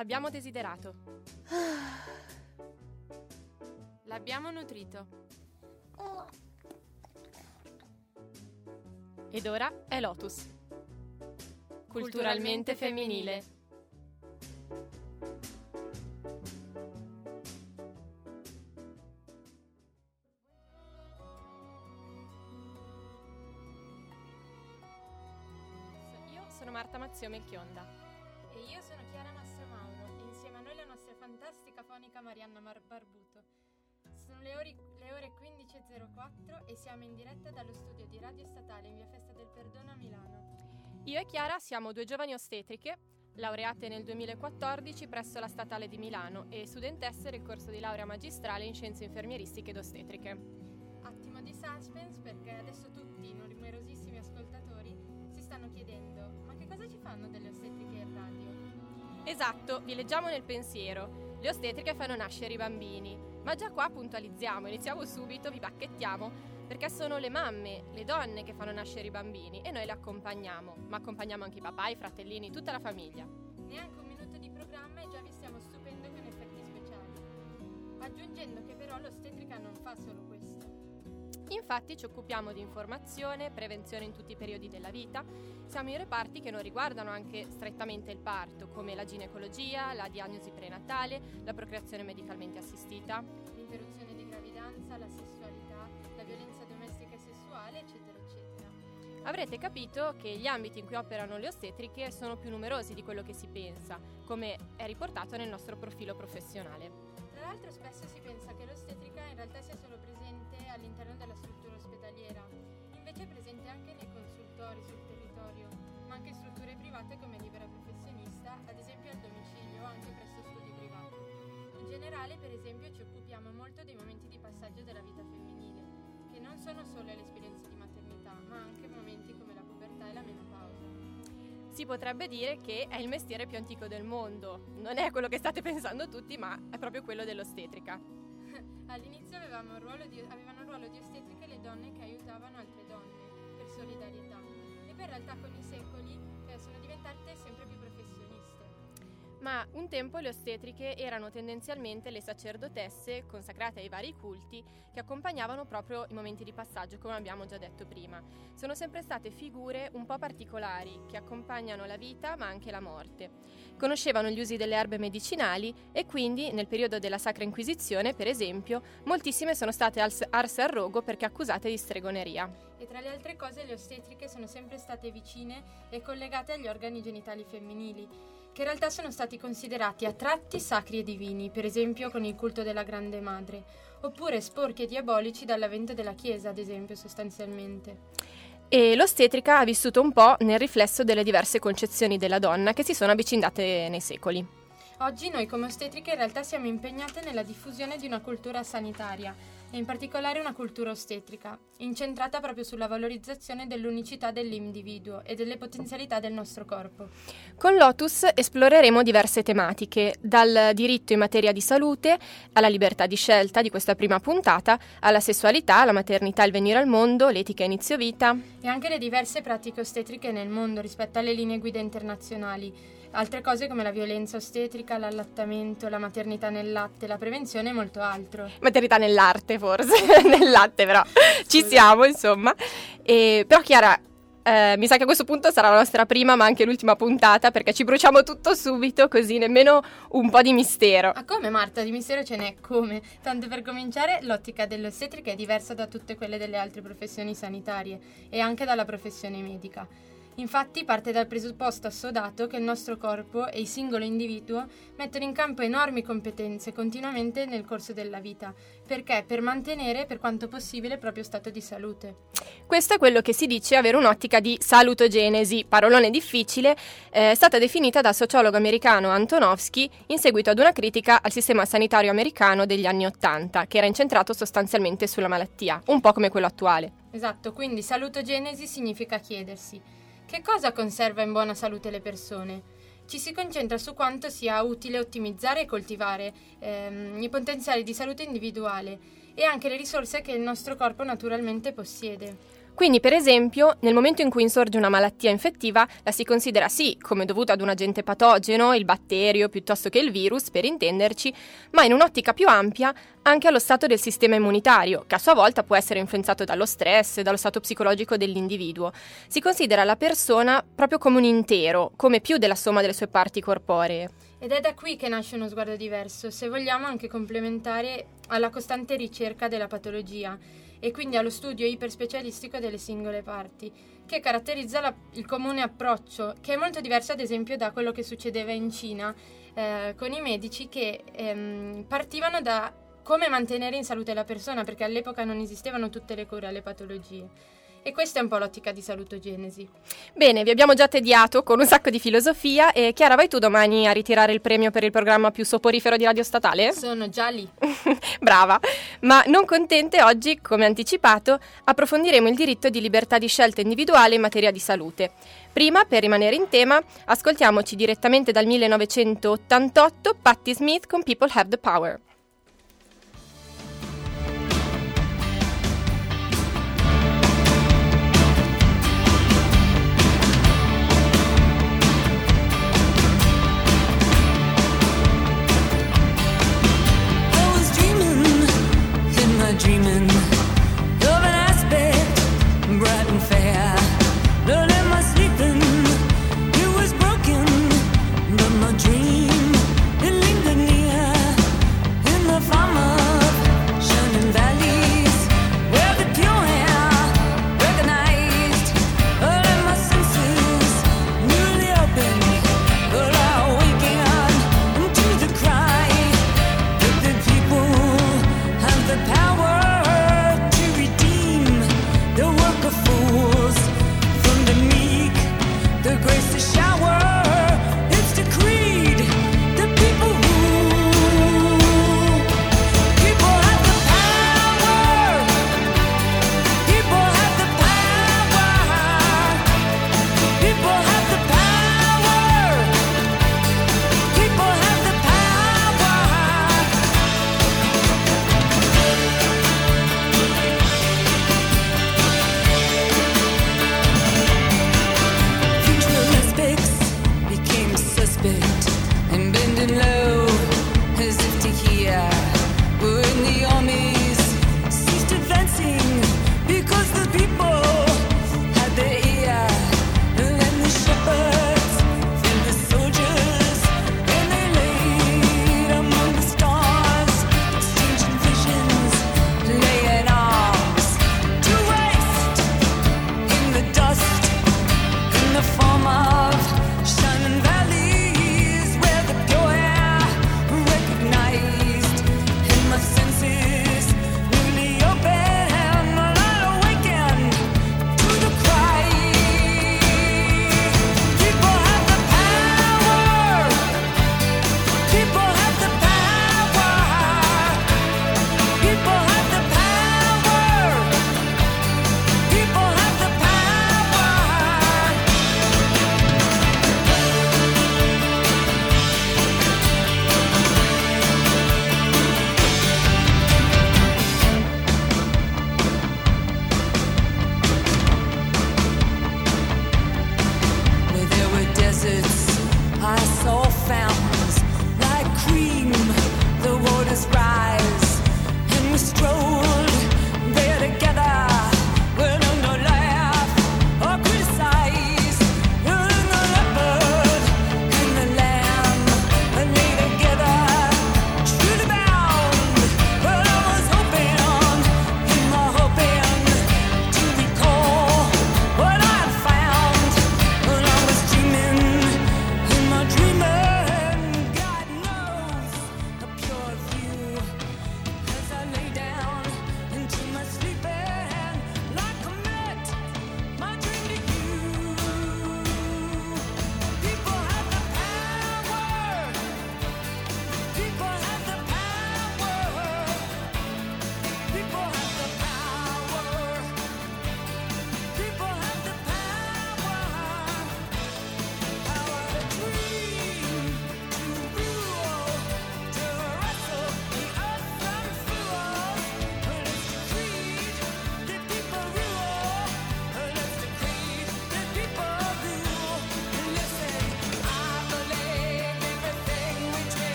L'abbiamo desiderato. L'abbiamo nutrito. Ed ora è Lotus. Culturalmente femminile. Io sono Marta Mazzio Melchionda. E io sono Chiara Mastramauro e insieme a noi la nostra fantastica fonica Marianna Barbuto. Sono le ore 15.04 e siamo in diretta dallo studio di Radio Statale in via Festa del Perdono a Milano. Io e Chiara siamo due giovani ostetriche, laureate nel 2014 presso la Statale di Milano e studentesse del corso di laurea magistrale in scienze infermieristiche ed ostetriche. Attimo di suspense perché adesso tutti i numerosissimi ascoltatori si stanno chiedendo: ma che cosa ci fanno delle ostetriche in radio? Esatto, vi leggiamo nel pensiero. Le ostetriche fanno nascere i bambini, ma già qua puntualizziamo, iniziamo subito, vi bacchettiamo, perché sono le mamme, le donne che fanno nascere i bambini e noi le accompagniamo, ma accompagniamo anche i papà, i fratellini, tutta la famiglia. Neanche un minuto di programma e già vi stiamo stupendo con effetti speciali. Aggiungendo che però l'ostetrica non fa solo questo. Infatti ci occupiamo di informazione, prevenzione in tutti i periodi della vita. Siamo in reparti che non riguardano anche strettamente il parto, come la ginecologia, la diagnosi prenatale, la procreazione medicalmente assistita, l'interruzione di gravidanza, la sessualità, la violenza domestica e sessuale, eccetera, eccetera. Avrete capito che gli ambiti in cui operano le ostetriche sono più numerosi di quello che si pensa, come è riportato nel nostro profilo professionale. Tra l'altro spesso si pensa che l'ostetrica in realtà sia solo presente all'interno della struttura ospedaliera, invece è presente anche nei consultori sul territorio, ma anche in strutture private come libera professionista, ad esempio al domicilio o anche presso studi privati. In generale, per esempio, ci occupiamo molto dei momenti di passaggio della vita femminile, che non sono solo l'esperienza di maternità, ma anche momenti come la pubertà e la menopausa. Si potrebbe dire che è il mestiere più antico del mondo. Non è quello che state pensando tutti, ma è proprio quello dell'ostetrica. All'inizio avevano il ruolo di ostetriche le donne che aiutavano altre donne, per solidarietà, e poi in realtà con i secoli sono diventate sempre più professioniste. Ma un tempo le ostetriche erano tendenzialmente le sacerdotesse consacrate ai vari culti che accompagnavano proprio i momenti di passaggio, come abbiamo già detto prima. Sono sempre state figure un po' particolari che accompagnano la vita ma anche la morte. Conoscevano gli usi delle erbe medicinali e quindi nel periodo della Sacra Inquisizione, per esempio, moltissime sono state arse al rogo perché accusate di stregoneria. E tra le altre cose le ostetriche sono sempre state vicine e collegate agli organi genitali femminili, che in realtà sono stati considerati a tratti sacri e divini, per esempio con il culto della Grande Madre, oppure sporchi e diabolici dall'avvento della Chiesa, ad esempio, sostanzialmente. E l'ostetrica ha vissuto un po' nel riflesso delle diverse concezioni della donna che si sono avvicendate nei secoli. Oggi noi come ostetriche in realtà siamo impegnate nella diffusione di una cultura sanitaria, e in particolare una cultura ostetrica, incentrata proprio sulla valorizzazione dell'unicità dell'individuo e delle potenzialità del nostro corpo. Con Lotus esploreremo diverse tematiche, dal diritto in materia di salute, alla libertà di scelta di questa prima puntata, alla sessualità, alla maternità e il venire al mondo, l'etica a inizio vita. E anche le diverse pratiche ostetriche nel mondo rispetto alle linee guida internazionali. Altre cose come la violenza ostetrica, l'allattamento, la maternità nel latte, la prevenzione e molto altro. Maternità nell'arte forse, nel latte però ci siamo insomma. Però Chiara, mi sa che a questo punto sarà la nostra prima ma anche l'ultima puntata perché ci bruciamo tutto subito così nemmeno un po' di mistero. Ah, come Marta? Di mistero ce n'è, come? Tanto per cominciare, l'ottica dell'ostetrica è diversa da tutte quelle delle altre professioni sanitarie e anche dalla professione medica. Infatti parte dal presupposto assodato che il nostro corpo e il singolo individuo mettono in campo enormi competenze continuamente nel corso della vita, perché per mantenere per quanto possibile il proprio stato di salute. Questo è quello che si dice avere un'ottica di salutogenesi, parolone difficile, è stata definita dal sociologo americano Antonovsky in seguito ad una critica al sistema sanitario americano degli anni '80, che era incentrato sostanzialmente sulla malattia, un po' come quello attuale. Esatto, quindi salutogenesi significa chiedersi: che cosa conserva in buona salute le persone? Ci si concentra su quanto sia utile ottimizzare e coltivare i potenziali di salute individuale e anche le risorse che il nostro corpo naturalmente possiede. Quindi, per esempio, nel momento in cui insorge una malattia infettiva, la si considera sì come dovuta ad un agente patogeno, il batterio piuttosto che il virus, per intenderci, ma in un'ottica più ampia anche allo stato del sistema immunitario, che a sua volta può essere influenzato dallo stress e dallo stato psicologico dell'individuo. Si considera la persona proprio come un intero, come più della somma delle sue parti corporee. Ed è da qui che nasce uno sguardo diverso, se vogliamo anche complementare alla costante ricerca della patologia e quindi allo studio iperspecialistico delle singole parti, che caratterizza il comune approccio, che è molto diverso ad esempio da quello che succedeva in Cina con i medici che partivano da come mantenere in salute la persona, perché all'epoca non esistevano tutte le cure alle patologie. E questa è un po' l'ottica di salutogenesi. Bene, vi abbiamo già tediato con un sacco di filosofia e Chiara, vai tu domani a ritirare il premio per il programma più soporifero di Radio Statale? Sono già lì. Brava, ma non contente, oggi, come anticipato, approfondiremo il diritto di libertà di scelta individuale in materia di salute. Prima, per rimanere in tema, ascoltiamoci direttamente dal 1988 Patti Smith con People Have the Power. Dreaming of an aspect bright and fair. Not in my sleeping, it was broken, but my dream, it lingered near.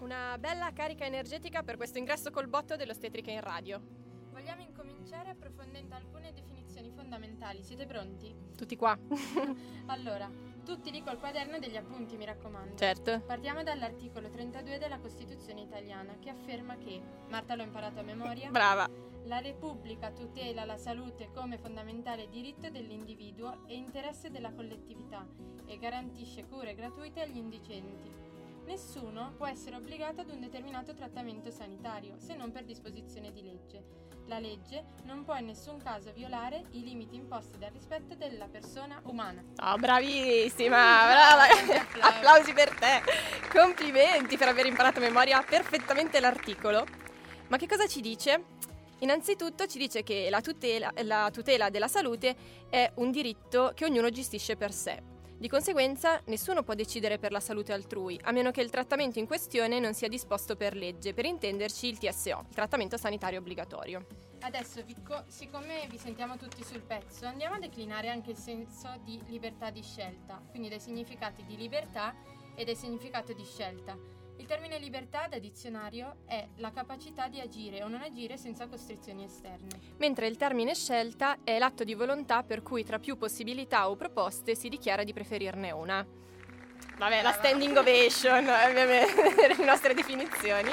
Una bella carica energetica per questo ingresso col botto dell'ostetrica in radio. Vogliamo incominciare approfondendo alcune definizioni fondamentali. Siete pronti? Tutti qua. Allora, tutti lì col quaderno degli appunti, mi raccomando. Certo. Partiamo dall'articolo 32 della Costituzione italiana, che afferma che, Marta l'ho imparato a memoria, Brava. la Repubblica tutela la salute come fondamentale diritto dell'individuo e interesse della collettività e garantisce cure gratuite agli indigenti. Nessuno può essere obbligato ad un determinato trattamento sanitario, se non per disposizione di legge. La legge non può in nessun caso violare i limiti imposti dal rispetto della persona umana. Oh, bravissima, brava. Applausi per te. Complimenti per aver imparato a memoria perfettamente l'articolo. Ma che cosa ci dice? Innanzitutto ci dice che la tutela della salute è un diritto che ognuno gestisce per sé. Di conseguenza, nessuno può decidere per la salute altrui, a meno che il trattamento in questione non sia disposto per legge, per intenderci il TSO, il trattamento sanitario obbligatorio. Adesso, siccome vi sentiamo tutti sul pezzo, andiamo a declinare anche il senso di libertà di scelta, quindi dei significati di libertà e del significato di scelta. Il termine libertà da dizionario è la capacità di agire o non agire senza costrizioni esterne. Mentre il termine scelta è l'atto di volontà per cui tra più possibilità o proposte si dichiara di preferirne una. Vabbè, la standing ovation, ovviamente, le nostre definizioni.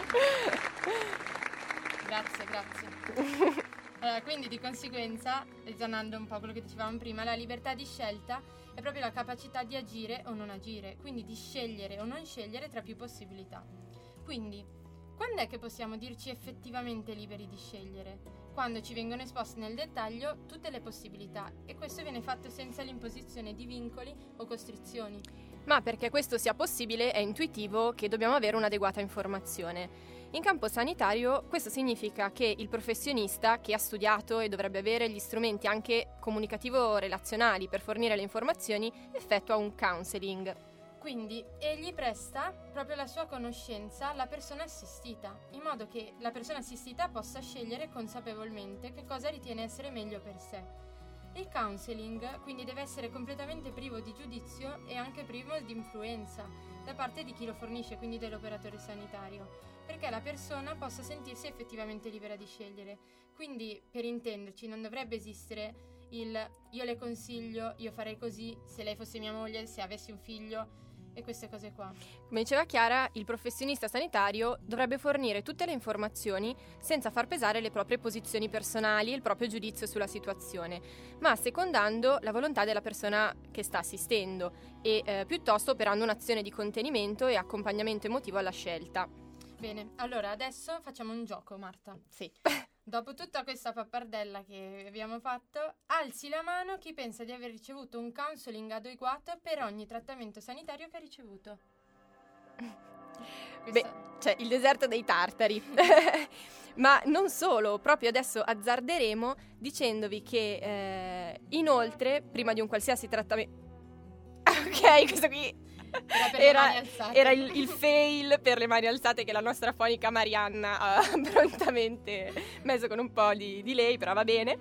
Grazie. Allora, quindi di conseguenza, ritornando un po' a quello che dicevamo prima, la libertà di scelta è proprio la capacità di agire o non agire, quindi di scegliere o non scegliere tra più possibilità. Quindi, quando è che possiamo dirci effettivamente liberi di scegliere? Quando ci vengono esposte nel dettaglio tutte le possibilità, e questo viene fatto senza l'imposizione di vincoli o costrizioni. Ma perché questo sia possibile è intuitivo che dobbiamo avere un'adeguata informazione. In campo sanitario questo significa che il professionista che ha studiato e dovrebbe avere gli strumenti anche comunicativo-relazionali per fornire le informazioni effettua un counseling. Quindi egli presta proprio la sua conoscenza alla persona assistita, in modo che la persona assistita possa scegliere consapevolmente che cosa ritiene essere meglio per sé. Il counseling quindi deve essere completamente privo di giudizio e anche privo di influenza da parte di chi lo fornisce, quindi dell'operatore sanitario, perché la persona possa sentirsi effettivamente libera di scegliere. Quindi, per intenderci, non dovrebbe esistere il io le consiglio, io farei così, se lei fosse mia moglie, se avessi un figlio e queste cose qua. Come diceva Chiara, il professionista sanitario dovrebbe fornire tutte le informazioni senza far pesare le proprie posizioni personali e il proprio giudizio sulla situazione, ma assecondando la volontà della persona che sta assistendo e piuttosto operando un'azione di contenimento e accompagnamento emotivo alla scelta. Bene, allora adesso facciamo un gioco, Marta. Sì. Dopo tutta questa pappardella che abbiamo fatto, alzi la mano chi pensa di aver ricevuto un counseling adeguato per ogni trattamento sanitario che ha ricevuto. C'è il deserto dei tartari. Ma non solo, proprio adesso azzarderemo dicendovi che inoltre, prima di un qualsiasi trattamento... Ok, questo qui... Era il fail per le mani alzate che la nostra fonica Marianna ha prontamente messo con un po' di delay, però va bene.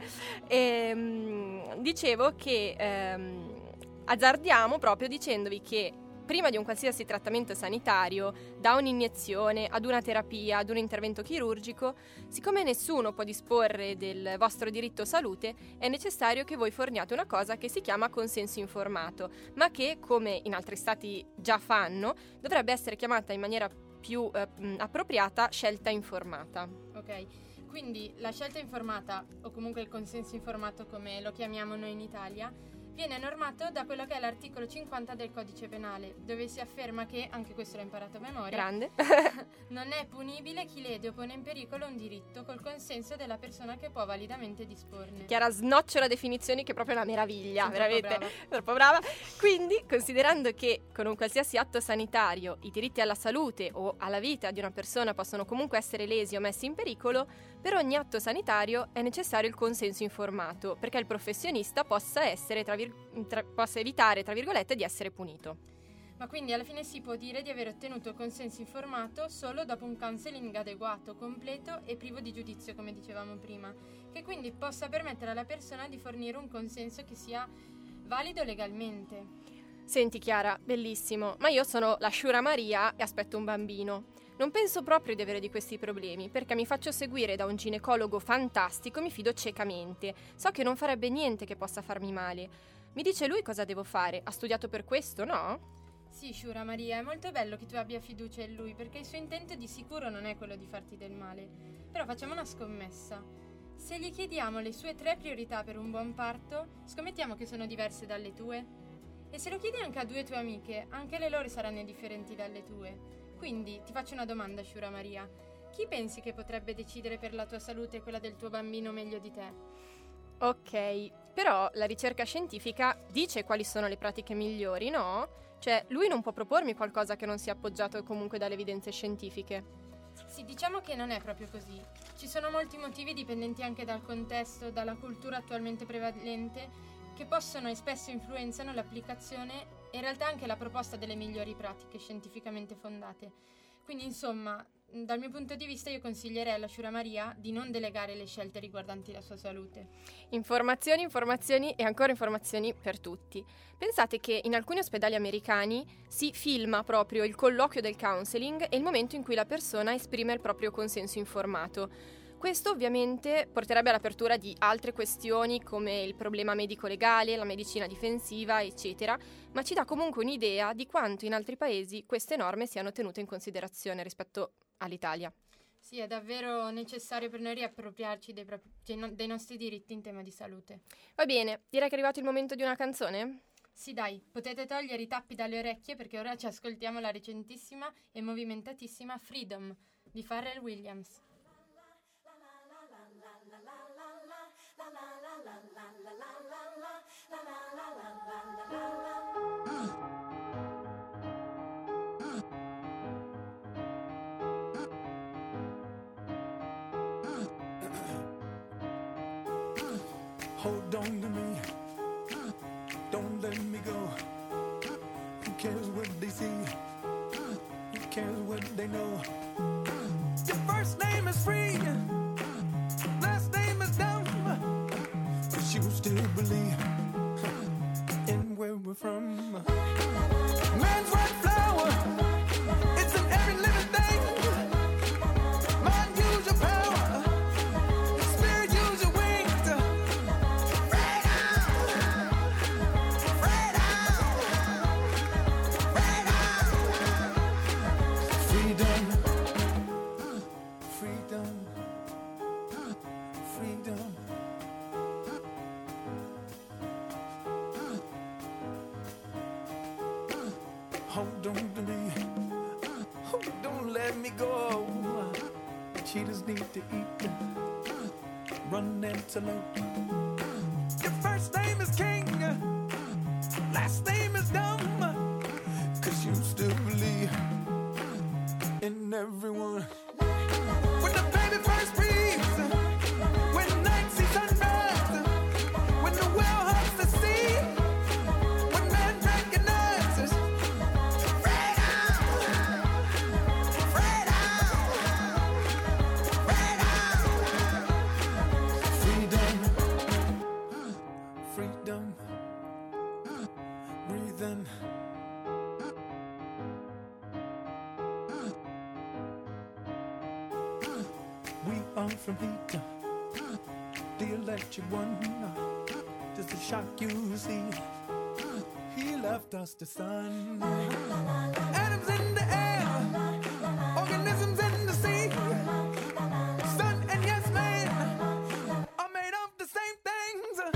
Dicevo che azzardiamo proprio dicendovi che prima di un qualsiasi trattamento sanitario, da un'iniezione ad una terapia, ad un intervento chirurgico, siccome nessuno può disporre del vostro diritto salute, è necessario che voi forniate una cosa che si chiama consenso informato, ma che, come in altri stati già fanno, dovrebbe essere chiamata in maniera più appropriata scelta informata. Ok, quindi la scelta informata, o comunque il consenso informato come lo chiamiamo noi in Italia, viene normato da quello che è l'articolo 50 del Codice Penale, dove si afferma che, anche questo l'ho imparato a memoria, grande, non è punibile chi lede o pone in pericolo un diritto col consenso della persona che può validamente disporne. Chiara snocciola definizioni che è proprio una meraviglia, Sono veramente troppo brava. Quindi, considerando che con un qualsiasi atto sanitario i diritti alla salute o alla vita di una persona possono comunque essere lesi o messi in pericolo, per ogni atto sanitario è necessario il consenso informato, perché il professionista possa essere possa evitare, tra virgolette, di essere punito. Ma quindi alla fine si può dire di aver ottenuto il consenso informato solo dopo un counseling adeguato, completo e privo di giudizio, come dicevamo prima, che quindi possa permettere alla persona di fornire un consenso che sia valido legalmente. Senti Chiara, bellissimo, ma io sono la Sciura Maria e aspetto un bambino. Non penso proprio di avere di questi problemi, perché mi faccio seguire da un ginecologo fantastico, mi fido ciecamente. So che non farebbe niente che possa farmi male. Mi dice lui cosa devo fare? Ha studiato per questo, no? Sì, Shura Maria, è molto bello che tu abbia fiducia in lui, perché il suo intento di sicuro non è quello di farti del male. Però facciamo una scommessa. Se gli chiediamo le sue 3 priorità per un buon parto, scommettiamo che sono diverse dalle tue? E se lo chiedi anche a 2 tue amiche, anche le loro saranno differenti dalle tue. Quindi ti faccio una domanda, Shura Maria. Chi pensi che potrebbe decidere per la tua salute e quella del tuo bambino meglio di te? Ok, però la ricerca scientifica dice quali sono le pratiche migliori, no? Cioè, lui non può propormi qualcosa che non sia appoggiato comunque dalle evidenze scientifiche. Sì, diciamo che non è proprio così. Ci sono molti motivi dipendenti anche dal contesto, dalla cultura attualmente prevalente, che possono e spesso influenzano l'applicazione e in realtà anche la proposta delle migliori pratiche scientificamente fondate. Quindi, insomma, dal mio punto di vista io consiglierei alla Shura Maria di non delegare le scelte riguardanti la sua salute. Informazioni, informazioni e ancora informazioni per tutti. Pensate che in alcuni ospedali americani si filma proprio il colloquio del counseling e il momento in cui la persona esprime il proprio consenso informato. Questo ovviamente porterebbe all'apertura di altre questioni come il problema medico-legale, la medicina difensiva, eccetera, ma ci dà comunque un'idea di quanto in altri paesi queste norme siano tenute in considerazione rispetto all'Italia. Sì, è davvero necessario per noi riappropriarci dei nostri diritti in tema di salute. Va bene, direi che è arrivato il momento di una canzone? Sì, dai, potete togliere i tappi dalle orecchie perché ora ci ascoltiamo la recentissima e movimentatissima Freedom di Pharrell Williams. Hold on to me, don't let me go. Who cares what they see? Who cares what they know? Your first name is free, last name is dumb, but you still believe in where we're from. Man's white flower, it's in every living thing. Mind, use your power, spirit, use your wings. Hold on to me, oh, don't let me go. Cheetahs need to eat, run antelope. Your first name is King, last name is Dumb, 'cause you still believe in everyone. When the baby first breathes, when night sees sunrise, when the whale hugs the sea, when man recognizes freedom, breathe in. We are from heat, the electric one. Just to shock you, see, he left us the sun. Atoms in the air, organisms in the sea. Sun and yes man are made of the same things.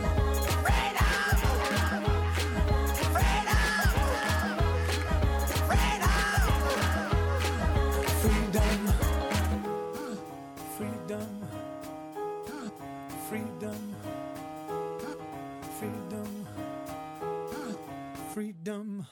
Freedom, freedom, freedom, freedom.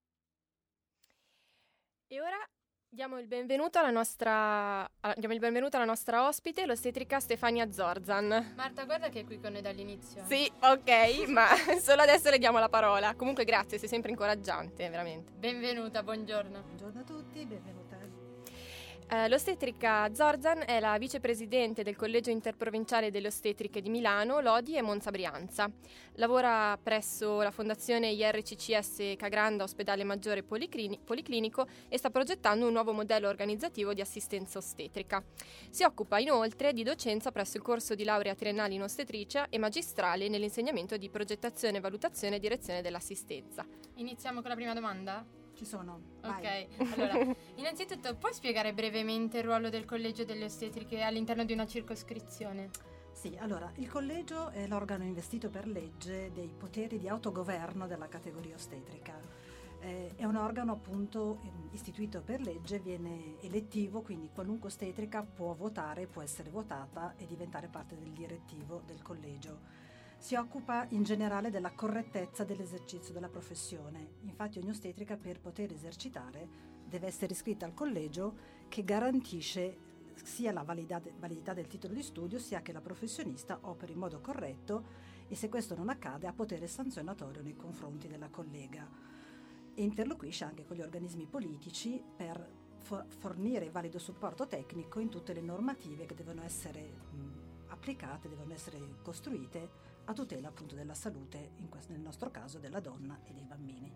E ora diamo il benvenuto alla nostra ospite, l'ostetrica Stefania Zorzan. Marta, guarda che è qui con noi dall'inizio. Sì, ok, ma solo adesso le diamo la parola. Comunque grazie, sei sempre incoraggiante, veramente. Benvenuta, buongiorno. Buongiorno a tutti, benvenuta. L'ostetrica Zorzan è la vicepresidente del Collegio Interprovinciale delle Ostetriche di Milano, Lodi e Monza Brianza. Lavora presso la Fondazione IRCCS Cagranda Ospedale Maggiore Policlinico e sta progettando un nuovo modello organizzativo di assistenza ostetrica. Si occupa inoltre di docenza presso il corso di laurea triennale in ostetricia e magistrale nell'insegnamento di progettazione, valutazione e direzione dell'assistenza. Iniziamo con la prima domanda? Ci sono. Vai. Ok, allora, innanzitutto puoi spiegare brevemente il ruolo del collegio delle ostetriche all'interno di una circoscrizione? Sì, allora, il collegio è l'organo investito per legge dei poteri di autogoverno della categoria ostetrica. È un organo appunto istituito per legge, viene elettivo, quindi qualunque ostetrica può votare, può essere votata e diventare parte del direttivo del collegio. Si occupa in generale della correttezza dell'esercizio della professione. Infatti ogni ostetrica per poter esercitare deve essere iscritta al collegio che garantisce sia la validità del titolo di studio sia che la professionista operi in modo corretto e se questo non accade ha potere sanzionatorio nei confronti della collega. E interloquisce anche con gli organismi politici per fornire valido supporto tecnico in tutte le normative che devono essere applicate, devono essere costruite a tutela appunto della salute, nel nostro caso della donna e dei bambini.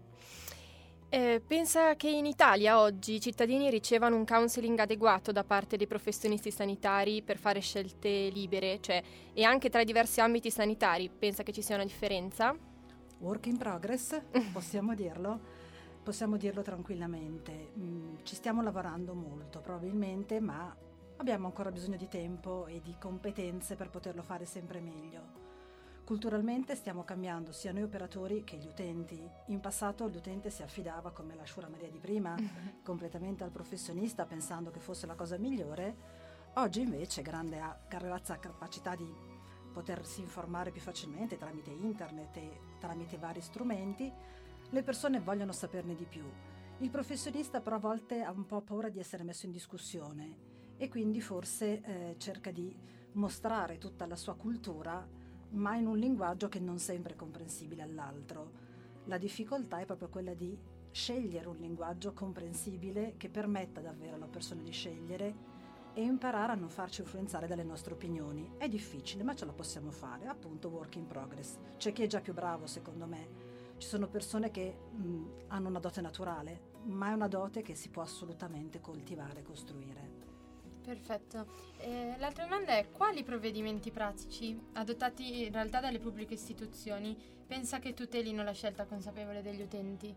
Pensa che in Italia oggi i cittadini ricevano un counseling adeguato da parte dei professionisti sanitari per fare scelte libere, e anche tra i diversi ambiti sanitari? Pensa che ci sia una differenza? Work in progress, possiamo dirlo? Possiamo dirlo tranquillamente. Ci stiamo lavorando molto probabilmente, ma abbiamo ancora bisogno di tempo e di competenze per poterlo fare sempre meglio. Culturalmente stiamo cambiando sia noi operatori che gli utenti. In passato l'utente si affidava, come la Sciura Maria di prima, completamente al professionista pensando che fosse la cosa migliore. Oggi invece, grazie a capacità di potersi informare più facilmente tramite internet e tramite vari strumenti, le persone vogliono saperne di più. Il professionista però a volte ha un po' paura di essere messo in discussione e quindi forse cerca di mostrare tutta la sua cultura ma in un linguaggio che non sempre è comprensibile all'altro. La difficoltà è proprio quella di scegliere un linguaggio comprensibile che permetta davvero alla persona di scegliere e imparare a non farci influenzare dalle nostre opinioni. È difficile, ma ce la possiamo fare, appunto work in progress. C'è chi è già più bravo, secondo me. Ci sono persone che hanno una dote naturale, ma è una dote che si può assolutamente coltivare e costruire. Perfetto. L'altra domanda è: quali provvedimenti pratici adottati in realtà dalle pubbliche istituzioni pensa che tutelino la scelta consapevole degli utenti?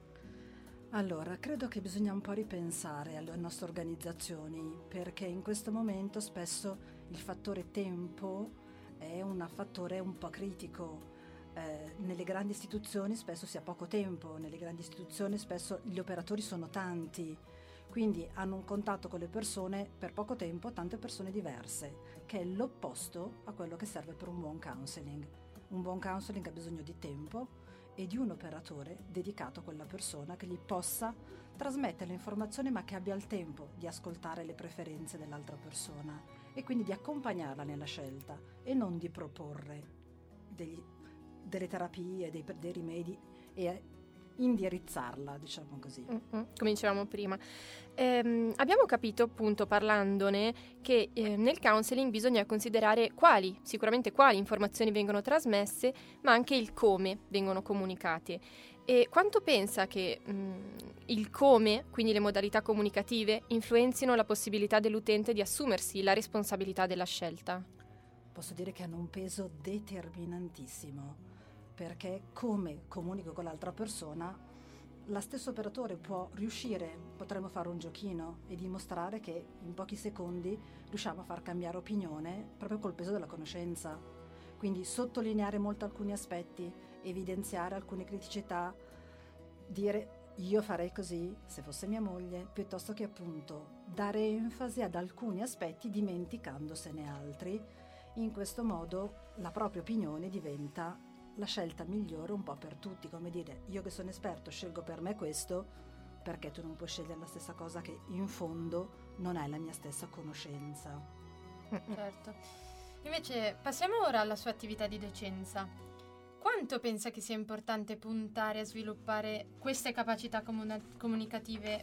Allora, credo che bisogna un po' ripensare alle nostre organizzazioni, perché in questo momento spesso il fattore tempo è un fattore un po' critico. Nelle grandi istituzioni spesso si ha poco tempo, nelle grandi istituzioni spesso gli operatori sono tanti, quindi hanno un contatto con le persone per poco tempo, tante persone diverse, che è l'opposto a quello che serve per un buon counseling. Un buon counseling ha bisogno di tempo e di un operatore dedicato a quella persona che gli possa trasmettere le informazioni ma che abbia il tempo di ascoltare le preferenze dell'altra persona e quindi di accompagnarla nella scelta e non di proporre delle terapie, dei rimedi e indirizzarla, diciamo così. Come dicevamo prima. Abbiamo capito appunto parlandone che nel counseling bisogna considerare sicuramente quali informazioni vengono trasmesse, ma anche il come vengono comunicate. E quanto pensa che il come, quindi le modalità comunicative, influenzino la possibilità dell'utente di assumersi la responsabilità della scelta? Posso dire che hanno un peso determinantissimo, perché come comunico con l'altra persona, la stessa operatore potremmo fare un giochino e dimostrare che in pochi secondi riusciamo a far cambiare opinione proprio col peso della conoscenza. Quindi sottolineare molto alcuni aspetti, evidenziare alcune criticità, dire io farei così se fosse mia moglie, piuttosto che appunto dare enfasi ad alcuni aspetti dimenticandosene altri. In questo modo la propria opinione diventa la scelta migliore un po' per tutti, come dire io che sono esperto scelgo per me questo, perché tu non puoi scegliere la stessa cosa che in fondo non hai la mia stessa conoscenza. Certo. Invece passiamo ora alla sua attività di docenza. Quanto pensa che sia importante puntare a sviluppare queste capacità comunicative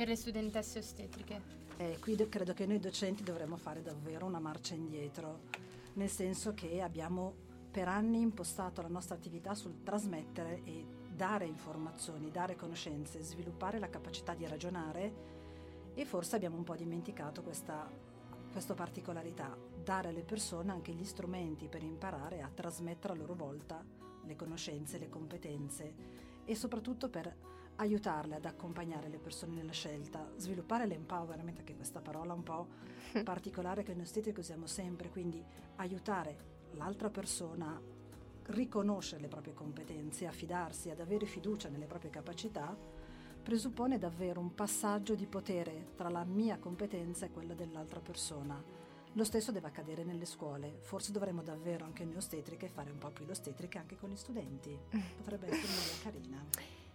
per le studentesse ostetriche? Qui credo che noi docenti dovremmo fare davvero una marcia indietro, nel senso che abbiamo per anni impostato la nostra attività sul trasmettere e dare informazioni, dare conoscenze, sviluppare la capacità di ragionare, e forse abbiamo un po' dimenticato questa particolarità, dare alle persone anche gli strumenti per imparare a trasmettere a loro volta le conoscenze, le competenze, e soprattutto per aiutarle ad accompagnare le persone nella scelta, sviluppare l'empowerment, che è questa parola un po' particolare che noi ostetrici usiamo sempre, quindi aiutare l'altra persona a riconoscere le proprie competenze, a fidarsi, ad avere fiducia nelle proprie capacità, presuppone davvero un passaggio di potere tra la mia competenza e quella dell'altra persona. Lo stesso deve accadere nelle scuole. Forse dovremmo davvero anche noi ostetriche fare un po' più l'ostetrica anche con gli studenti. Potrebbe essere un'idea carina.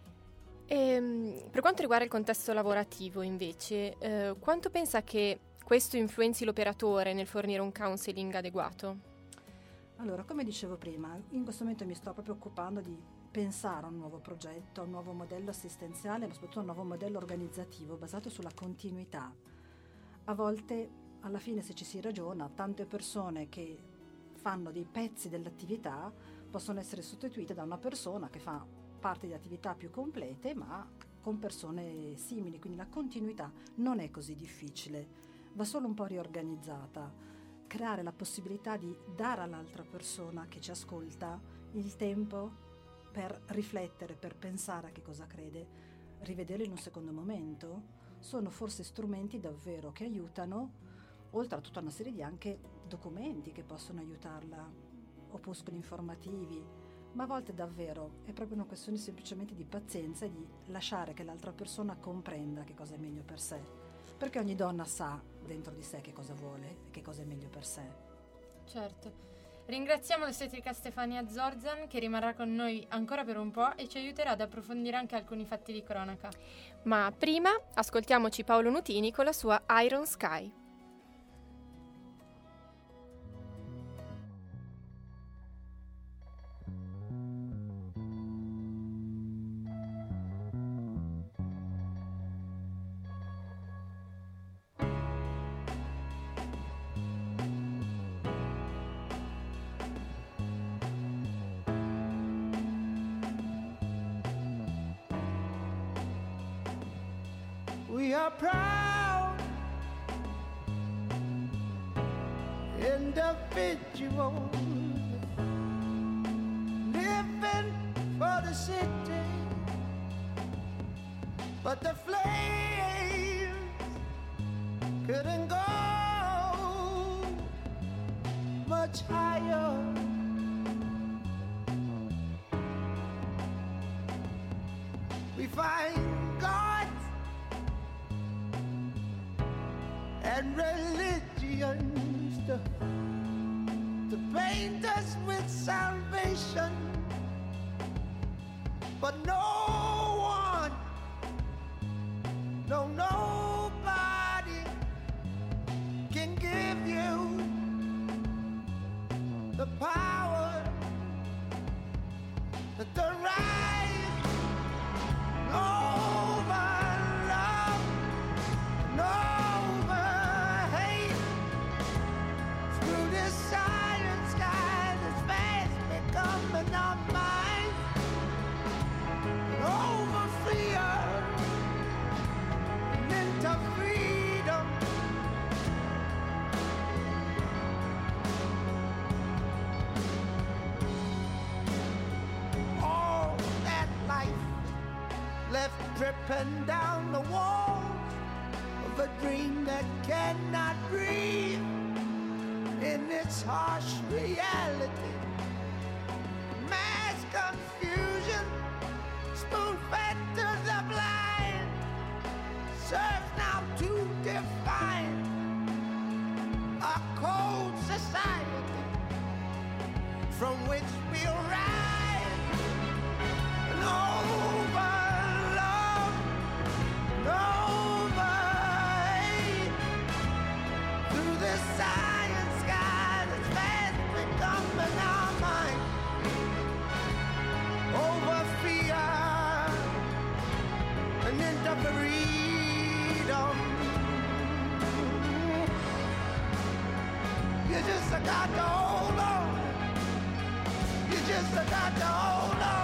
Per quanto riguarda il contesto lavorativo, invece, quanto pensa che questo influenzi l'operatore nel fornire un counseling adeguato? Allora, come dicevo prima, in questo momento mi sto proprio occupando di pensare a un nuovo progetto, a un nuovo modello assistenziale, ma soprattutto a un nuovo modello organizzativo basato sulla continuità. A volte, alla fine, se ci si ragiona, tante persone che fanno dei pezzi dell'attività possono essere sostituite da una persona che fa parte di attività più complete, ma con persone simili, quindi la continuità non è così difficile, va solo un po' riorganizzata, creare la possibilità di dare all'altra persona che ci ascolta il tempo per riflettere, per pensare a che cosa crede, rivederlo in un secondo momento, sono forse strumenti davvero che aiutano, oltre a tutta una serie di anche documenti che possono aiutarla, opuscoli informativi, ma a volte davvero è proprio una questione semplicemente di pazienza e di lasciare che l'altra persona comprenda che cosa è meglio per sé, perché ogni donna sa dentro di sé che cosa vuole e che cosa è meglio per sé. Certo. Ringraziamo l'ostetrica Stefania Zorzan, che rimarrà con noi ancora per un po' e ci aiuterà ad approfondire anche alcuni fatti di cronaca. Ma prima ascoltiamoci Paolo Nutini con la sua Iron Sky. We are proud individuals living for the city, but the flames couldn't go much higher. We find God and religions to paint us with salvation, but no one, no, nobody can give you the power, the right over love, over hate, through this silent sky that's fast becoming our minds, over fear and into freedom. All that life left dripping down the walls of a dream that cannot breathe in its harsh reality. Mass confusion, spoon-fed to the blind, serves now to define a cold society from which we'll rise and over love, and over hate, through the silent sky that's fast becoming our mind, over fear and into freedom. You just got to hold on. You just got to hold on.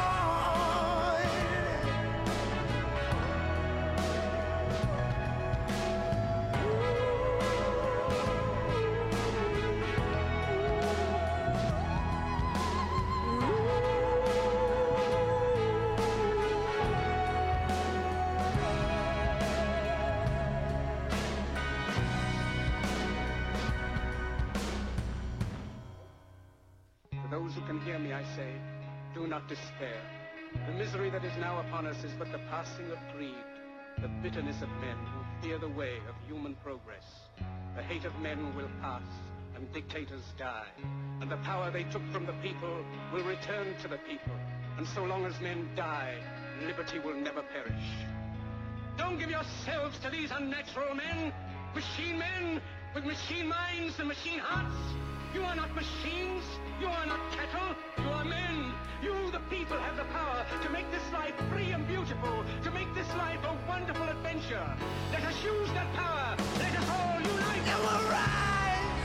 Those who can hear me, I say, do not despair. The misery that is now upon us is but the passing of greed, the bitterness of men who fear the way of human progress. The hate of men will pass, and dictators die, and the power they took from the people will return to the people. And so long as men die, liberty will never perish. Don't give yourselves to these unnatural men with machine minds and machine hearts. You are not machines. You are not cattle. You are men. You, the people, have the power to make this life free and beautiful, to make this life a wonderful adventure. Let us use that power. Let us all unite. And we'll rise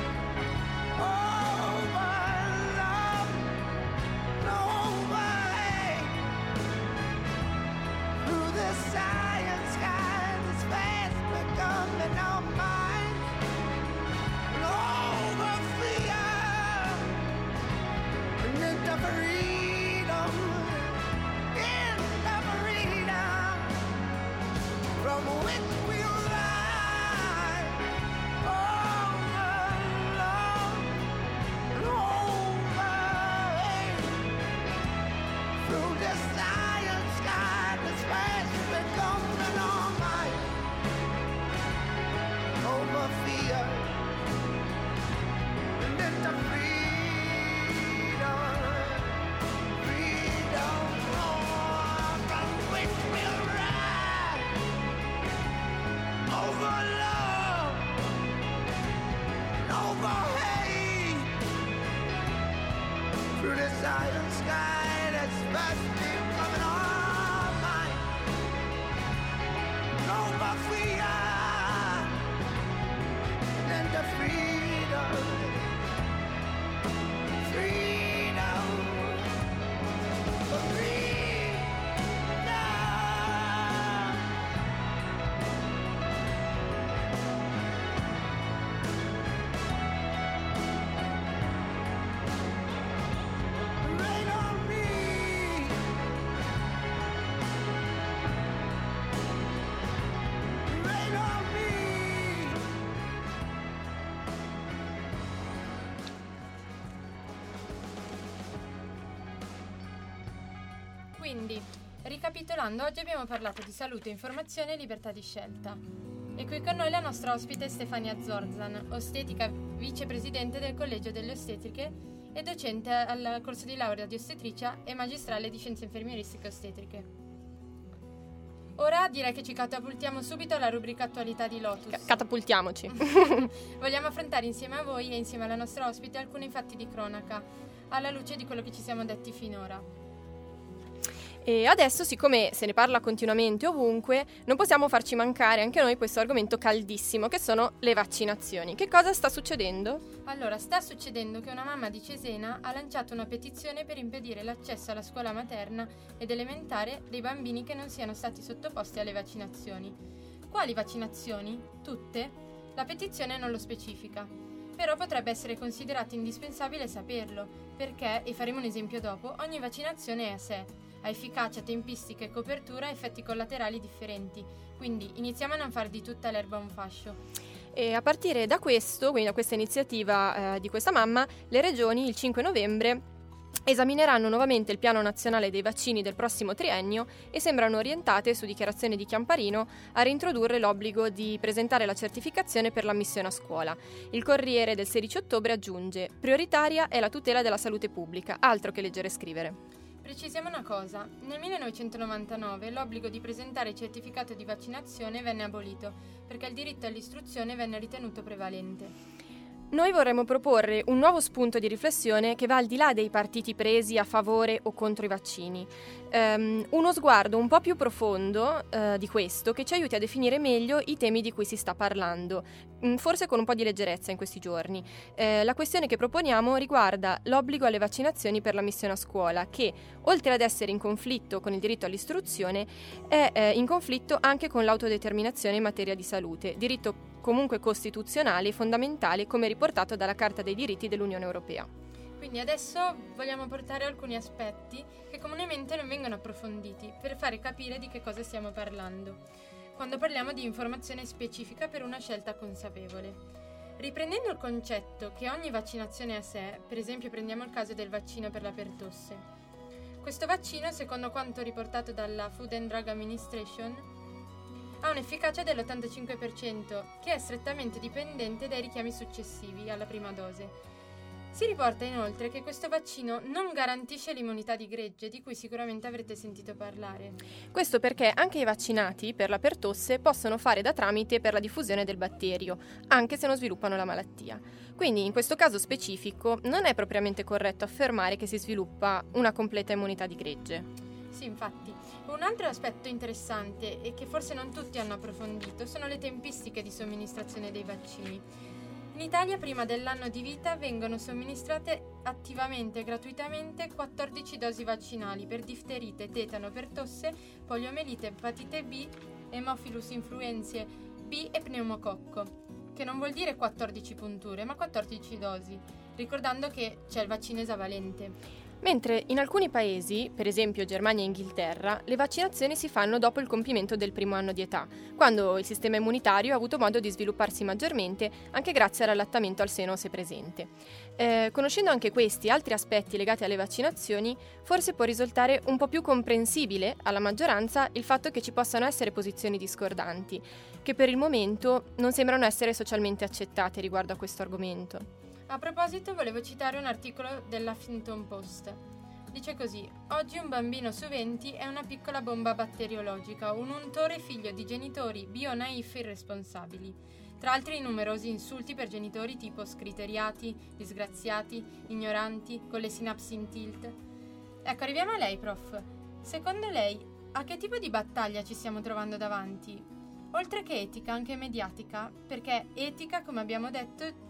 over love, over hate, through the science sky that's fast becoming our minds, over fear and into freedom, from which we'll rise over love, over hate, through the science sky that's fast becoming our mind, over fear and into freedom, from which we'll rise over love, over hate, through the silent sky that's fast becoming our mind, over fear and the freedom, freedom, freedom. Rain on me, rain on me. Quindi, ricapitolando, oggi abbiamo parlato di salute, informazione e libertà di scelta. E qui con noi la nostra ospite Stefania Zorzan, ostetrica vicepresidente del Collegio delle Ostetriche e docente al corso di laurea di ostetricia e magistrale di scienze infermieristiche e ostetriche. Ora direi che ci catapultiamo subito alla rubrica attualità di Lotus. Catapultiamoci. Vogliamo affrontare insieme a voi e insieme alla nostra ospite alcuni fatti di cronaca, alla luce di quello che ci siamo detti finora. E adesso, siccome se ne parla continuamente ovunque, non possiamo farci mancare anche noi questo argomento caldissimo, che sono le vaccinazioni. Che cosa sta succedendo? Allora, sta succedendo che una mamma di Cesena ha lanciato una petizione per impedire l'accesso alla scuola materna ed elementare dei bambini che non siano stati sottoposti alle vaccinazioni. Quali vaccinazioni? Tutte? La petizione non lo specifica. Però potrebbe essere considerato indispensabile saperlo, perché, e faremo un esempio dopo, ogni vaccinazione è a sé. Ha efficacia, tempistiche, copertura e effetti collaterali differenti. Quindi iniziamo a non fare di tutta l'erba un fascio. E a partire da questo, quindi da questa iniziativa di questa mamma, le regioni il 5 novembre esamineranno nuovamente il piano nazionale dei vaccini del prossimo triennio e sembrano orientate, su dichiarazione di Chiamparino, a reintrodurre l'obbligo di presentare la certificazione per l'ammissione a scuola. Il Corriere del 16 ottobre aggiunge: prioritaria è la tutela della salute pubblica, altro che leggere e scrivere. Precisiamo una cosa, nel 1999 l'obbligo di presentare il certificato di vaccinazione venne abolito, perché il diritto all'istruzione venne ritenuto prevalente. Noi vorremmo proporre un nuovo spunto di riflessione che va al di là dei partiti presi a favore o contro i vaccini. Uno sguardo un po' più profondo di questo, che ci aiuti a definire meglio i temi di cui si sta parlando, forse con un po' di leggerezza in questi giorni. La questione che proponiamo riguarda l'obbligo alle vaccinazioni per l'ammissione a scuola, che, oltre ad essere in conflitto con il diritto all'istruzione, è in conflitto anche con l'autodeterminazione in materia di salute, diritto comunque costituzionale e fondamentale come riportato dalla Carta dei diritti dell'Unione Europea. Quindi adesso vogliamo portare alcuni aspetti che comunemente non vengono approfonditi per fare capire di che cosa stiamo parlando quando parliamo di informazione specifica per una scelta consapevole. Riprendendo il concetto che ogni vaccinazione è a sé, per esempio prendiamo il caso del vaccino per la pertosse. Questo vaccino, secondo quanto riportato dalla Food and Drug Administration, ha un'efficacia dell'85%, che è strettamente dipendente dai richiami successivi alla prima dose. Si riporta inoltre che questo vaccino non garantisce l'immunità di gregge, di cui sicuramente avrete sentito parlare. Questo perché anche i vaccinati per la pertosse possono fare da tramite per la diffusione del batterio, anche se non sviluppano la malattia. Quindi in questo caso specifico non è propriamente corretto affermare che si sviluppa una completa immunità di gregge. Sì, infatti. Un altro aspetto interessante e che forse non tutti hanno approfondito sono le tempistiche di somministrazione dei vaccini. In Italia prima dell'anno di vita vengono somministrate attivamente e gratuitamente 14 dosi vaccinali per difterite, tetano, pertosse, poliomelite, epatite B, Haemophilus influenzae B e pneumococco, che non vuol dire 14 punture, ma 14 dosi, ricordando che c'è il vaccino esavalente. Mentre in alcuni paesi, per esempio Germania e Inghilterra, le vaccinazioni si fanno dopo il compimento del primo anno di età, quando il sistema immunitario ha avuto modo di svilupparsi maggiormente anche grazie all'allattamento al seno se presente. Conoscendo anche questi e altri aspetti legati alle vaccinazioni, forse può risultare un po' più comprensibile alla maggioranza il fatto che ci possano essere posizioni discordanti, che per il momento non sembrano essere socialmente accettate riguardo a questo argomento. A proposito, volevo citare un articolo dell'Huffington Post. Dice così: oggi un bambino su 20 è una piccola bomba batteriologica, un untore figlio di genitori bio-naif irresponsabili. Tra altri numerosi insulti per genitori tipo scriteriati, disgraziati, ignoranti, con le sinapsi in tilt. Ecco, arriviamo a lei, prof. Secondo lei, a che tipo di battaglia ci stiamo trovando davanti? Oltre che etica, anche mediatica, perché etica, come abbiamo detto,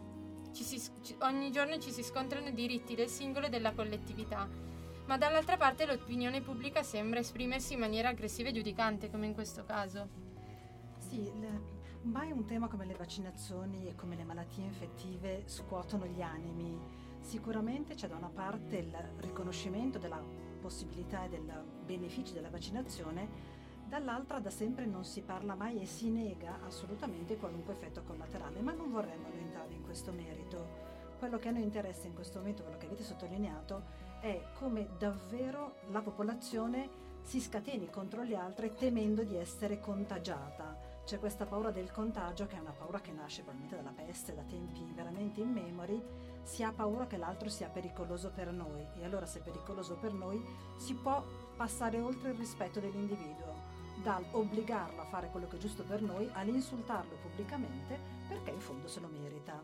ogni giorno ci si scontrano i diritti del singolo e della collettività, ma dall'altra parte l'opinione pubblica sembra esprimersi in maniera aggressiva e giudicante, come in questo caso. Sì, mai un tema come le vaccinazioni e come le malattie infettive scuotono gli animi. Sicuramente c'è da una parte il riconoscimento della possibilità e dei benefici della vaccinazione, dall'altra da sempre non si parla mai e si nega assolutamente qualunque effetto collaterale, ma non vorremmo entrare in questo merito. Quello che a noi interessa in questo momento, quello che avete sottolineato, è come davvero la popolazione si scateni contro gli altri temendo di essere contagiata. C'è questa paura del contagio, che è una paura che nasce probabilmente dalla peste, da tempi veramente immemori. Si ha paura che l'altro sia pericoloso per noi, e allora se è pericoloso per noi si può passare oltre il rispetto dell'individuo, dal obbligarlo a fare quello che è giusto per noi all'insultarlo pubblicamente perché in fondo se lo merita.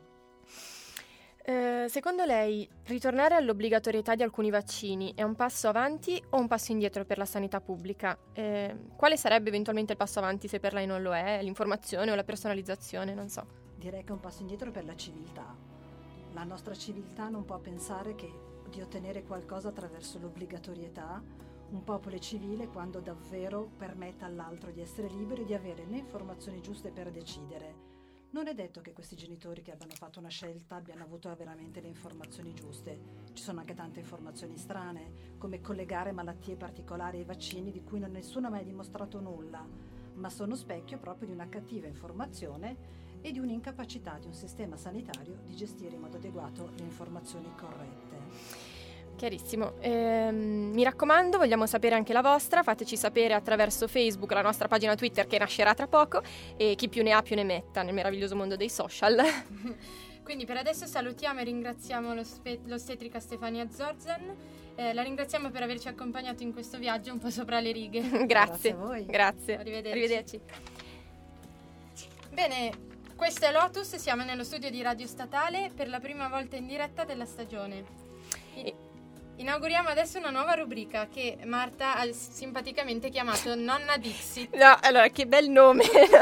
Secondo lei, ritornare all'obbligatorietà di alcuni vaccini è un passo avanti o un passo indietro per la sanità pubblica? Quale sarebbe eventualmente il passo avanti se per lei non lo è? L'informazione o la personalizzazione? Non so. Direi che è un passo indietro per la civiltà. La nostra civiltà non può pensare di ottenere qualcosa attraverso l'obbligatorietà. Un popolo civile quando davvero permette all'altro di essere libero e di avere le informazioni giuste per decidere. Non è detto che questi genitori che abbiano fatto una scelta abbiano avuto veramente le informazioni giuste. Ci sono anche tante informazioni strane, come collegare malattie particolari ai vaccini di cui nessuno ha mai dimostrato nulla, ma sono specchio proprio di una cattiva informazione e di un'incapacità di un sistema sanitario di gestire in modo adeguato le informazioni corrette. Chiarissimo. Mi raccomando, vogliamo sapere anche la vostra, fateci sapere attraverso Facebook, la nostra pagina Twitter che nascerà tra poco, e chi più ne ha più ne metta nel meraviglioso mondo dei social. Quindi per adesso salutiamo e ringraziamo l'ostetrica Stefania Zorzan, la ringraziamo per averci accompagnato in questo viaggio un po' sopra le righe. Grazie a voi. Grazie. Arrivederci. Arrivederci. Bene, Questo è Lotus, siamo nello studio di Radio Statale per la prima volta in diretta della stagione. Inauguriamo adesso una nuova rubrica che Marta ha simpaticamente chiamato Nonna Dixit. No, allora, che bel nome.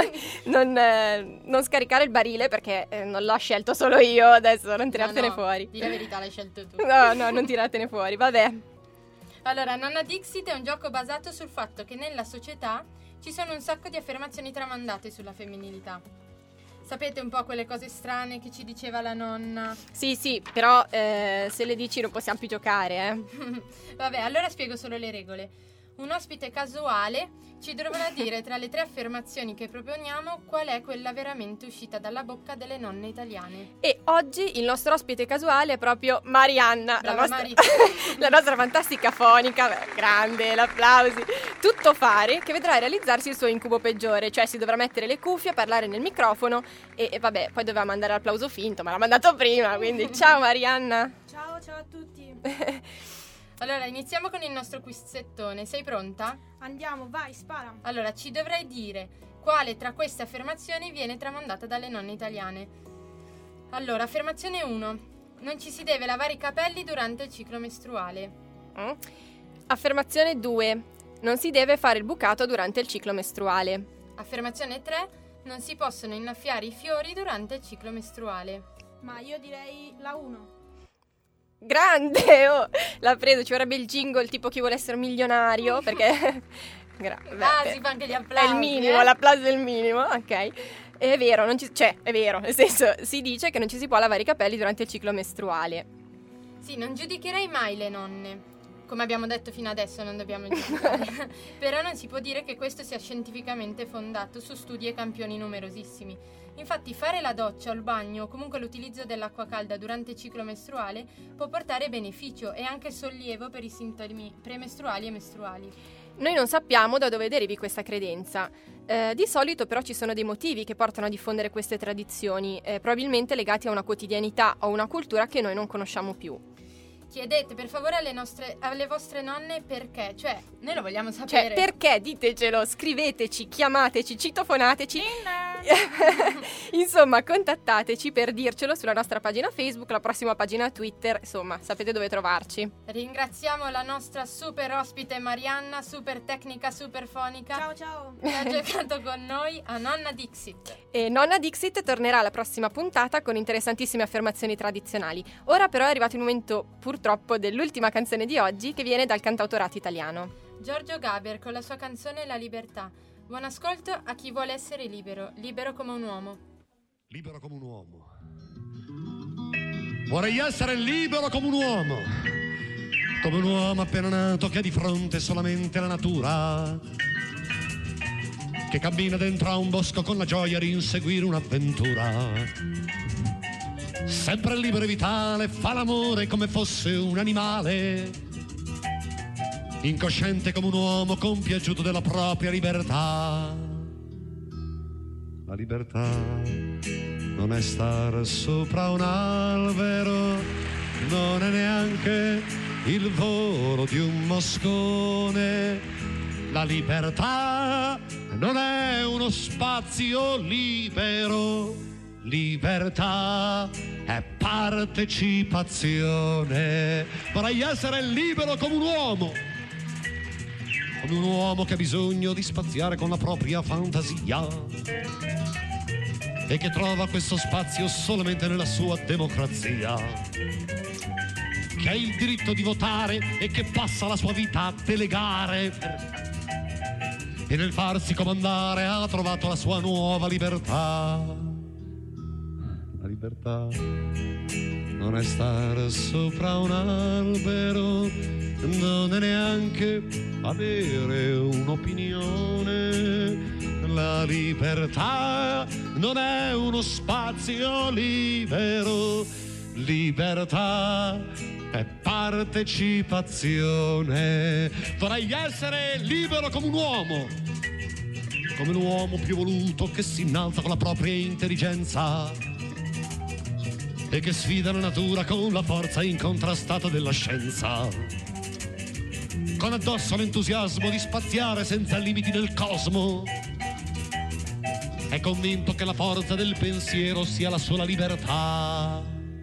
non scaricare il barile perché non l'ho scelto solo io, adesso non tirartene fuori. Di la verità, l'hai scelto tu. No, non tiratene fuori, vabbè. Allora, Nonna Dixit è un gioco basato sul fatto che nella società ci sono un sacco di affermazioni tramandate sulla femminilità. Sapete un po' quelle cose strane che ci diceva la nonna? Sì, però se le dici non possiamo più giocare, Vabbè, allora spiego solo le regole. Un ospite casuale ci dovrà dire tra le 3 affermazioni che proponiamo qual è quella veramente uscita dalla bocca delle nonne italiane. E oggi il nostro ospite casuale è proprio Marianna, Brava, la nostra fantastica fonica, grande, l'applausi, tuttofare, che vedrà realizzarsi il suo incubo peggiore, cioè si dovrà mettere le cuffie, parlare nel microfono e vabbè, poi doveva mandare l'applauso finto, ma l'ha mandato prima, quindi ciao Marianna. Ciao a tutti. Allora, iniziamo con il nostro quizzettone. Sei pronta? Andiamo, vai, spara. Allora, ci dovrai dire quale tra queste affermazioni viene tramandata dalle nonne italiane. Allora, affermazione 1. Non ci si deve lavare i capelli durante il ciclo mestruale. Affermazione 2. Non si deve fare il bucato durante il ciclo mestruale. Affermazione 3. Non si possono innaffiare i fiori durante il ciclo mestruale. Ma io direi la 1. Grande! Oh, l'ha preso, ci vorrebbe il jingle tipo chi vuole essere milionario, perché... si fa anche gli applausi. È il minimo, l'applauso è il minimo, ok. È vero, è vero, nel senso, si dice che non ci si può lavare i capelli durante il ciclo mestruale. Sì, non giudicherei mai le nonne. Come abbiamo detto fino adesso, non dobbiamo giudicare. Però non si può dire che questo sia scientificamente fondato su studi e campioni numerosissimi. Infatti fare la doccia o il bagno o comunque l'utilizzo dell'acqua calda durante il ciclo mestruale può portare beneficio e anche sollievo per i sintomi premestruali e mestruali. Noi non sappiamo da dove derivi questa credenza. Di solito però ci sono dei motivi che portano a diffondere queste tradizioni, probabilmente legati a una quotidianità o una cultura che noi non conosciamo più. Chiedete per favore alle vostre nonne perché, cioè noi lo vogliamo Cioè, sapere. perché? Ditecelo, scriveteci, chiamateci, citofonateci. Insomma, contattateci per dircelo sulla nostra pagina Facebook, la prossima pagina Twitter, insomma, sapete dove trovarci. Ringraziamo la nostra super ospite Marianna, super tecnica, super fonica. Ciao. Che ha giocato con noi a Nonna Dixit. E Nonna Dixit tornerà alla prossima puntata con interessantissime affermazioni tradizionali. Ora però è arrivato il momento, purtroppo, dell'ultima canzone di oggi, che viene dal cantautorato italiano. Giorgio Gaber con la sua canzone La libertà. Buon ascolto a chi vuole essere libero, libero come un uomo. Libero come un uomo. Vorrei essere libero come un uomo appena nato che ha di fronte solamente la natura, che cammina dentro a un bosco con la gioia di inseguire un'avventura. Sempre libero e vitale, fa l'amore come fosse un animale, incosciente come un uomo, compiaciuto della propria libertà. La libertà non è stare sopra un albero, non è neanche il volo di un moscone. La libertà non è uno spazio libero, libertà è partecipazione. Vorrei essere libero come un uomo che ha bisogno di spaziare con la propria fantasia e che trova questo spazio solamente nella sua democrazia, che ha il diritto di votare e che passa la sua vita a delegare, e nel farsi comandare ha trovato la sua nuova libertà. La libertà non è stare sopra un albero, non è neanche avere un'opinione. La libertà non è uno spazio libero, libertà è partecipazione. Vorrei essere libero come l'uomo più evoluto che si innalza con la propria intelligenza e che sfida la natura con la forza incontrastata della scienza, con addosso l'entusiasmo di spaziare senza limiti nel cosmo è convinto che la forza del pensiero sia la sola libertà.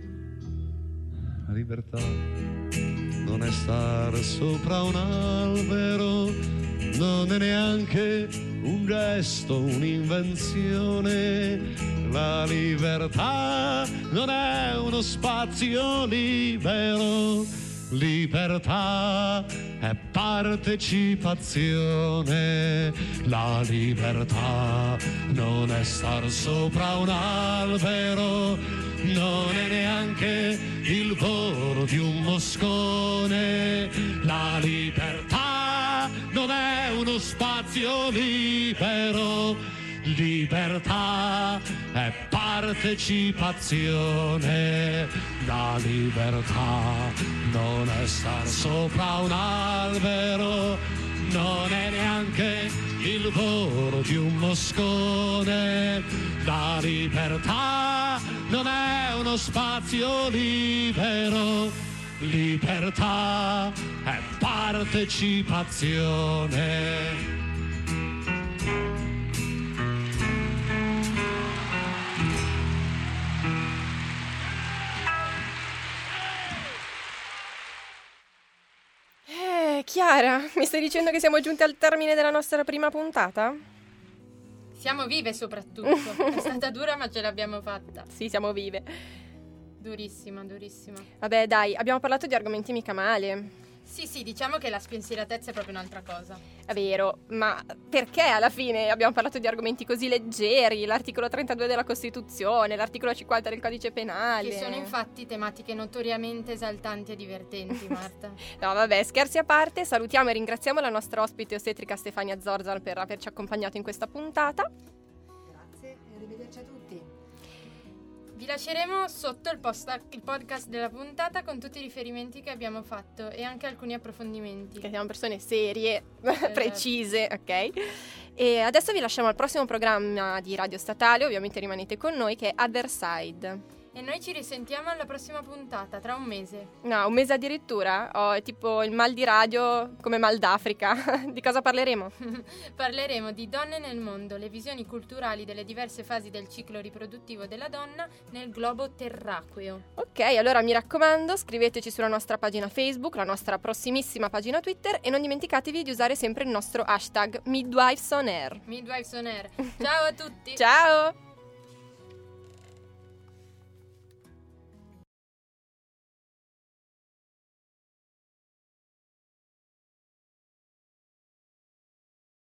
La libertà non è star sopra un albero, non è neanche un gesto, un'invenzione. La libertà non è uno spazio libero, libertà è partecipazione. La libertà non è star sopra un albero, non è neanche il volo di un moscone. La libertà non è uno spazio libero, libertà è partecipazione. La libertà non è star sopra un albero, non è neanche il volo di un moscone. La libertà non è uno spazio libero, libertà è partecipazione. Chiara, mi stai dicendo che siamo giunti al termine della nostra prima puntata? Siamo vive soprattutto. È stata dura ma ce l'abbiamo fatta. Sì, siamo vive. Durissima, durissima. Vabbè, dai, abbiamo parlato di argomenti mica male. Sì, diciamo che la spensieratezza è proprio un'altra cosa. È vero, ma perché alla fine abbiamo parlato di argomenti così leggeri? L'articolo 32 della Costituzione, l'articolo 50 del Codice Penale. Che sono infatti tematiche notoriamente esaltanti e divertenti, Marta. No, vabbè, scherzi a parte, salutiamo e ringraziamo la nostra ospite ostetrica Stefania Zorzal per averci accompagnato in questa puntata. Grazie e arrivederci a tutti. Vi lasceremo sotto il podcast della puntata con tutti i riferimenti che abbiamo fatto e anche alcuni approfondimenti. Che siamo persone serie, precise, ok? E adesso vi lasciamo al prossimo programma di Radio Statale, ovviamente rimanete con noi, che è Other Side. E noi ci risentiamo alla prossima puntata, tra un mese. No, un mese addirittura? Oh, è tipo il mal di radio come mal d'Africa. Di cosa parleremo? Parleremo di donne nel mondo, le visioni culturali delle diverse fasi del ciclo riproduttivo della donna nel globo terracqueo. Ok, allora mi raccomando, scriveteci sulla nostra pagina Facebook, la nostra prossimissima pagina Twitter e non dimenticatevi di usare sempre il nostro hashtag MidwifesOnAir. Midwives on Air. Ciao a tutti! Ciao!